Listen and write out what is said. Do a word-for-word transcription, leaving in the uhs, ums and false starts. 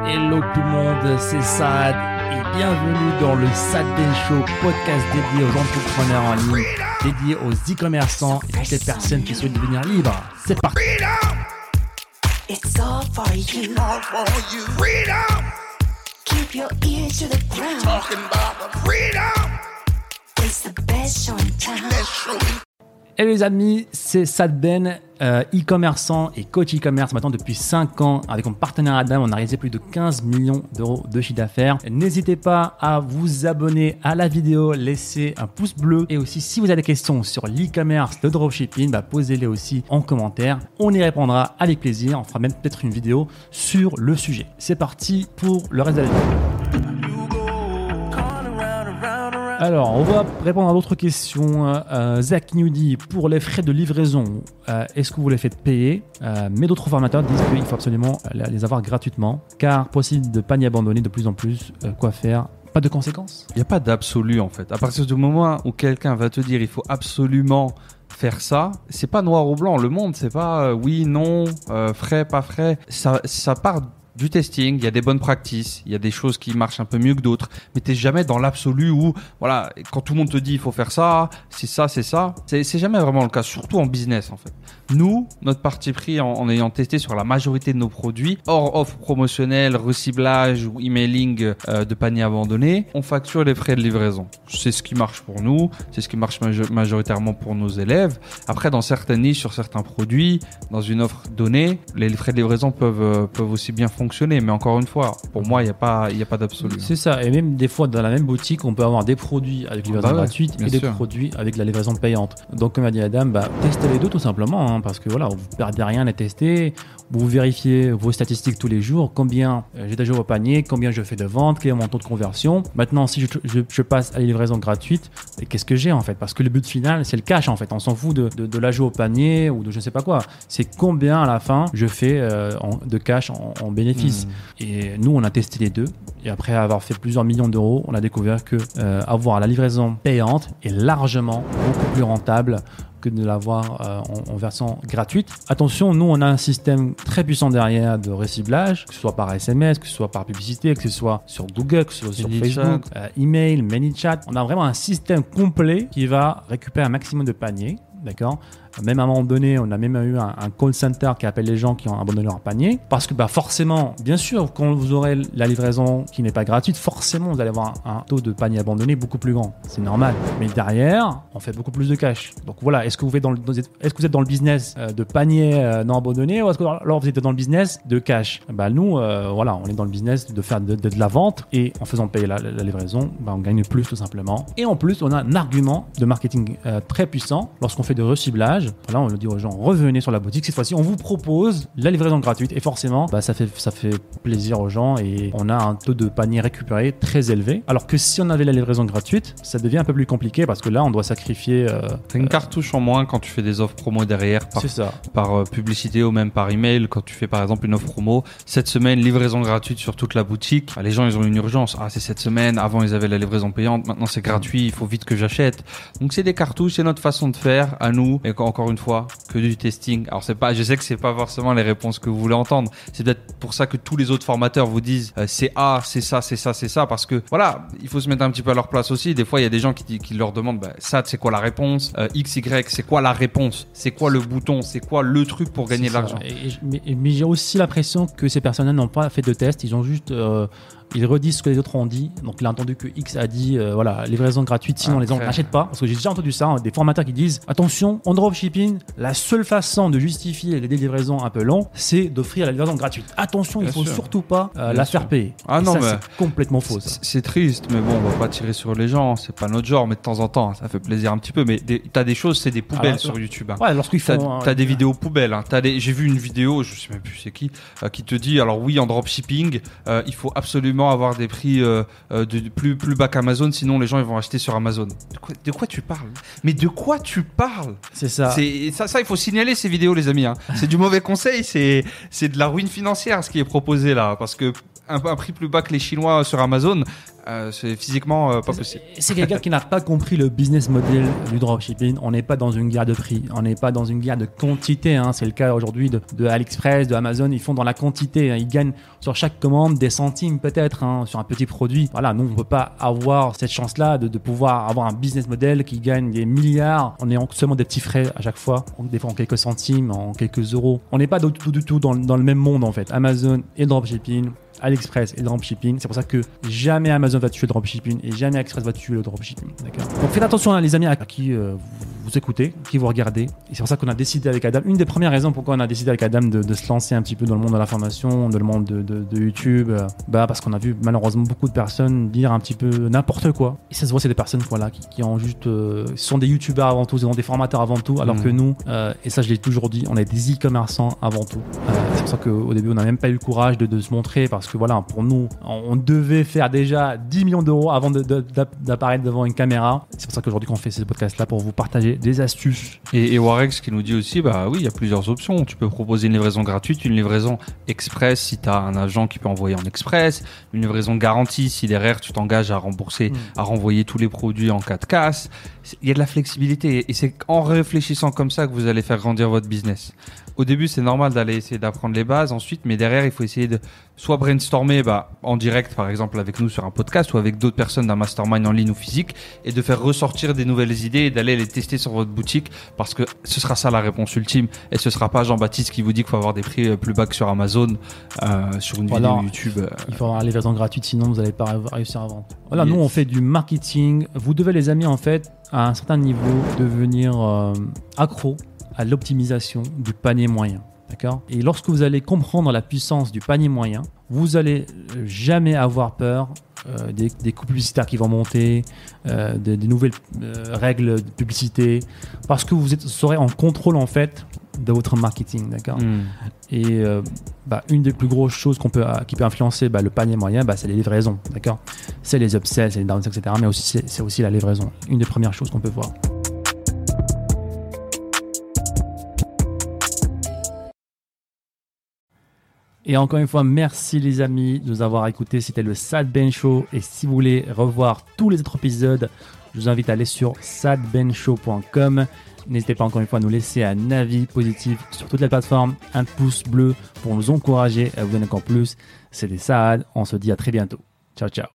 Hello tout le monde, c'est Saad et bienvenue dans le Saad Ben Show, podcast dédié aux entrepreneurs en ligne, dédié aux e-commerçants et toutes les personnes qui souhaitent devenir libres. C'est parti. It's all for you. All for you. Freedom. Keep your ears to the ground. Talking about the freedom. It's the best show in town. Best show in- Hello les amis, c'est Saad Ben, euh, e-commerçant et coach e-commerce maintenant depuis cinq ans. Avec mon partenaire Adam, on a réalisé plus de quinze millions d'euros de chiffre d'affaires. N'hésitez pas à vous abonner à la vidéo, laisser un pouce bleu. Et aussi, si vous avez des questions sur l'e-commerce, le dropshipping, bah, posez-les aussi en commentaire. On y répondra avec plaisir. On fera même peut-être une vidéo sur le sujet. C'est parti pour le reste de la vidéo. Alors, on va répondre à d'autres questions. Euh, Zach nous dit, pour les frais de livraison, euh, est-ce que vous les faites payer euh, Mais d'autres formateurs disent qu'il faut absolument les avoir gratuitement, car possible de panier abandonné de plus en plus. Euh, quoi faire ? Pas de conséquences ? Il n'y a pas d'absolu en fait. À partir du moment où quelqu'un va te dire il faut absolument faire ça, c'est pas noir ou blanc. Le monde, c'est pas euh, oui, non, euh, frais, pas frais. Ça, ça part du testing, il y a des bonnes practices, il y a des choses qui marchent un peu mieux que d'autres, mais t'es jamais dans l'absolu où, voilà, quand tout le monde te dit il faut faire ça, c'est ça, c'est ça, c'est, c'est jamais vraiment le cas, surtout en business en fait. Nous, notre parti pris en, en ayant testé sur la majorité de nos produits, hors offre promotionnelle, reciblage ou emailing euh, de panier abandonné, on facture les frais de livraison. C'est ce qui marche pour nous, c'est ce qui marche majo- majoritairement pour nos élèves. Après, dans certaines niches, sur certains produits, dans une offre donnée, les frais de livraison peuvent, euh, peuvent aussi bien fonctionner. fonctionner, mais encore une fois, pour moi, il n'y a pas, il n'y a pas d'absolu. C'est ça, et même des fois, dans la même boutique, on peut avoir des produits avec livraison bah ouais, gratuite et des sûr. produits avec la livraison payante. Donc, comme a dit Adam, bah, testez les deux tout simplement, hein, parce que voilà, vous ne perdez rien à tester, vous vérifiez vos statistiques tous les jours, combien euh, j'ai déjà au panier, combien je fais de ventes, quel est mon taux de conversion. Maintenant, si je, je, je passe à la livraison gratuite, et qu'est-ce que j'ai en fait ? Parce que le but final, c'est le cash en fait. On s'en fout de, de, de l'ajout au panier ou de je ne sais pas quoi. C'est combien à la fin je fais euh, en, de cash en, en bénéfice. Mmh. Et nous, on a testé les deux. Et après avoir fait plusieurs millions d'euros, on a découvert que euh, avoir la livraison payante est largement beaucoup plus rentable que de l'avoir euh, en, en version gratuite. Attention, nous, on a un système très puissant derrière de reciblage, que ce soit par S M S, que ce soit par publicité, que ce soit sur Google, que ce soit sur Facebook, euh, email, ManyChat. On a vraiment un système complet qui va récupérer un maximum de paniers. D'accord. Même à un moment donné, on a même eu un, un call center qui appelle les gens qui ont abandonné leur panier. Parce que bah, forcément, bien sûr, quand vous aurez la livraison qui n'est pas gratuite, forcément, vous allez avoir un, un taux de panier abandonné beaucoup plus grand. C'est normal. Mais derrière, on fait beaucoup plus de cash. Donc voilà, est-ce que vous êtes dans le, est-ce que vous êtes dans le business euh, de panier euh, non abandonné ou est-ce que alors vous êtes dans le business de cash ? Bah, nous, euh, voilà, on est dans le business de faire de, de, de la vente et en faisant payer la, la, la livraison, bah, on gagne plus tout simplement. Et en plus, on a un argument de marketing euh, très puissant lorsqu'on fait de reciblage. Là, on le dit aux gens, revenez sur la boutique. Cette fois-ci, on vous propose la livraison gratuite. Et forcément, bah, ça, fait, ça fait plaisir aux gens et on a un taux de panier récupéré très élevé. Alors que si on avait la livraison gratuite, ça devient un peu plus compliqué parce que là, on doit sacrifier... Euh, T'as une cartouche en moins quand tu fais des offres promo derrière par, c'est ça. par euh, publicité ou même par email. Quand tu fais par exemple une offre promo, cette semaine, livraison gratuite sur toute la boutique. Bah, les gens, ils ont une urgence. Ah, c'est cette semaine. Avant, ils avaient la livraison payante. Maintenant, c'est gratuit. Il faut vite que j'achète. Donc, c'est des cartouches. C'est notre façon de faire à nous. Et encore une fois, que du testing. Alors c'est pas, je sais que c'est pas forcément les réponses que vous voulez entendre. C'est peut-être pour ça que tous les autres formateurs vous disent euh, c'est A, c'est ça, c'est ça, c'est ça, parce que voilà, il faut se mettre un petit peu à leur place aussi. Des fois, il y a des gens qui, qui leur demandent bah, ça, c'est quoi la réponse, euh, X, Y, c'est quoi la réponse, c'est quoi le bouton, c'est quoi le truc pour gagner c'est de l'argent. Et, et, mais, mais j'ai aussi l'impression que ces personnes-là n'ont pas fait de test. Ils ont juste euh, ils redisent ce que les autres ont dit. Donc il a entendu que X a dit euh, voilà, livraison gratuite, sinon Après. les gens n'achètent pas. Parce que j'ai déjà entendu ça, hein, des formateurs qui disent attention, en dropshipping, la seule façon de justifier les livraisons un peu longs, c'est d'offrir la livraison gratuite. Attention, Bien il faut sûr. surtout pas euh, Bien la sûr. faire payer. Ah Et non, ça, mais c'est complètement faux. Ça. C'est, c'est triste, mais bon, on va pas tirer sur les gens. C'est pas notre genre, mais de temps en temps, ça fait plaisir un petit peu. Mais des, t'as des choses, c'est des poubelles Alors, sur YouTube. Hein. Ouais, lorsqu'ils T'as, font. t'as euh, des vidéos poubelles. Hein. T'as des, j'ai vu une vidéo, je sais même plus c'est qui, euh, qui te dit alors oui, en dropshipping, euh, il faut absolument avoir des prix euh, euh, de, de plus plus bas qu'Amazon, sinon les gens ils vont acheter sur Amazon. De quoi, de quoi tu parles ? Mais de quoi tu parles ? C'est ça. C'est ça, ça, il faut signaler ces vidéos, les amis. Hein. C'est du mauvais conseil, c'est c'est de la ruine financière ce qui est proposé là, parce que un, un prix plus bas que les Chinois sur Amazon. Euh, c'est physiquement euh, pas possible. C'est quelqu'un qui n'a pas compris le business model du dropshipping. On n'est pas dans une guerre de prix, on n'est pas dans une guerre de quantité. Hein. C'est le cas aujourd'hui de, de AliExpress, de Amazon. Ils font dans la quantité. Hein. Ils gagnent sur chaque commande des centimes peut-être hein, sur un petit produit. Voilà, nous on peut pas avoir cette chance-là de, de pouvoir avoir un business model qui gagne des milliards en ayant seulement des petits frais à chaque fois, des fois en quelques centimes, en quelques euros. On n'est pas du tout, du tout dans, dans le même monde en fait. Amazon et le dropshipping. AliExpress et le dropshipping, c'est pour ça que jamais Amazon va tuer le dropshipping et jamais AliExpress va tuer le dropshipping. D'accord. Donc faites attention hein, les amis à qui euh, vous écoutez, qui vous regardez. Et c'est pour ça qu'on a décidé avec Adam, une des premières raisons pourquoi on a décidé avec Adam de, de se lancer un petit peu dans le monde de la formation, dans le monde de, de, de YouTube, euh, bah parce qu'on a vu malheureusement beaucoup de personnes dire un petit peu n'importe quoi. Et ça se voit, c'est des personnes voilà, qui, qui ont juste, euh, sont des YouTubeurs avant tout, ils sont des formateurs avant tout, alors mmh. que nous, euh, et ça je l'ai toujours dit, on est des e-commerçants avant tout. Euh, c'est pour ça qu'au début on n'a même pas eu le courage de, de se montrer parce que voilà, pour nous, on devait faire déjà dix millions d'euros avant de, de, d'apparaître devant une caméra. C'est pour ça qu'aujourd'hui qu'on fait ce podcast-là pour vous partager des astuces. Et, et Warex qui nous dit aussi, bah oui, il y a plusieurs options. Tu peux proposer une livraison gratuite, une livraison express si tu as un agent qui peut envoyer en express, une livraison garantie si derrière tu t'engages à rembourser, mmh. à renvoyer tous les produits en cas de casse. Il y a de la flexibilité et c'est en réfléchissant comme ça que vous allez faire grandir votre business. Au début, c'est normal d'aller essayer d'apprendre les bases ensuite, mais derrière, il faut essayer de soit brainstormer bah, en direct, par exemple, avec nous sur un podcast ou avec d'autres personnes d'un mastermind en ligne ou physique et de faire ressortir des nouvelles idées et d'aller les tester sur votre boutique parce que ce sera ça la réponse ultime et ce sera pas Jean-Baptiste qui vous dit qu'il faut avoir des prix plus bas que sur Amazon, euh, sur une voilà, vidéo YouTube. Euh... Il faut avoir la livraison gratuite, sinon vous n'allez pas réussir à vendre. Voilà, yes. Nous, on fait du marketing. Vous devez, les amis, en fait, à un certain niveau, devenir euh, accro à l'optimisation du panier moyen. D'accord ? Et lorsque vous allez comprendre la puissance du panier moyen, vous allez jamais avoir peur euh, des, des coûts publicitaires qui vont monter, euh, des, des nouvelles euh, règles de publicité, parce que vous êtes, serez en contrôle en fait de votre marketing. D'accord ? Mmh. Et euh, bah, une des plus grosses choses qu'on peut, qui peut influencer bah, le panier moyen, bah, c'est les livraisons. D'accord ? C'est les upsells, c'est les downsells, et cetera. Mais aussi, c'est, c'est aussi la livraison. Une des premières choses qu'on peut voir. Et encore une fois, merci les amis de nous avoir écoutés. C'était le Sad Ben Show. Et si vous voulez revoir tous les autres épisodes, je vous invite à aller sur sad ben show point com. N'hésitez pas encore une fois à nous laisser un avis positif sur toutes les plateformes, un pouce bleu pour nous encourager à vous donner encore plus. C'était Saad. On se dit à très bientôt. Ciao, ciao.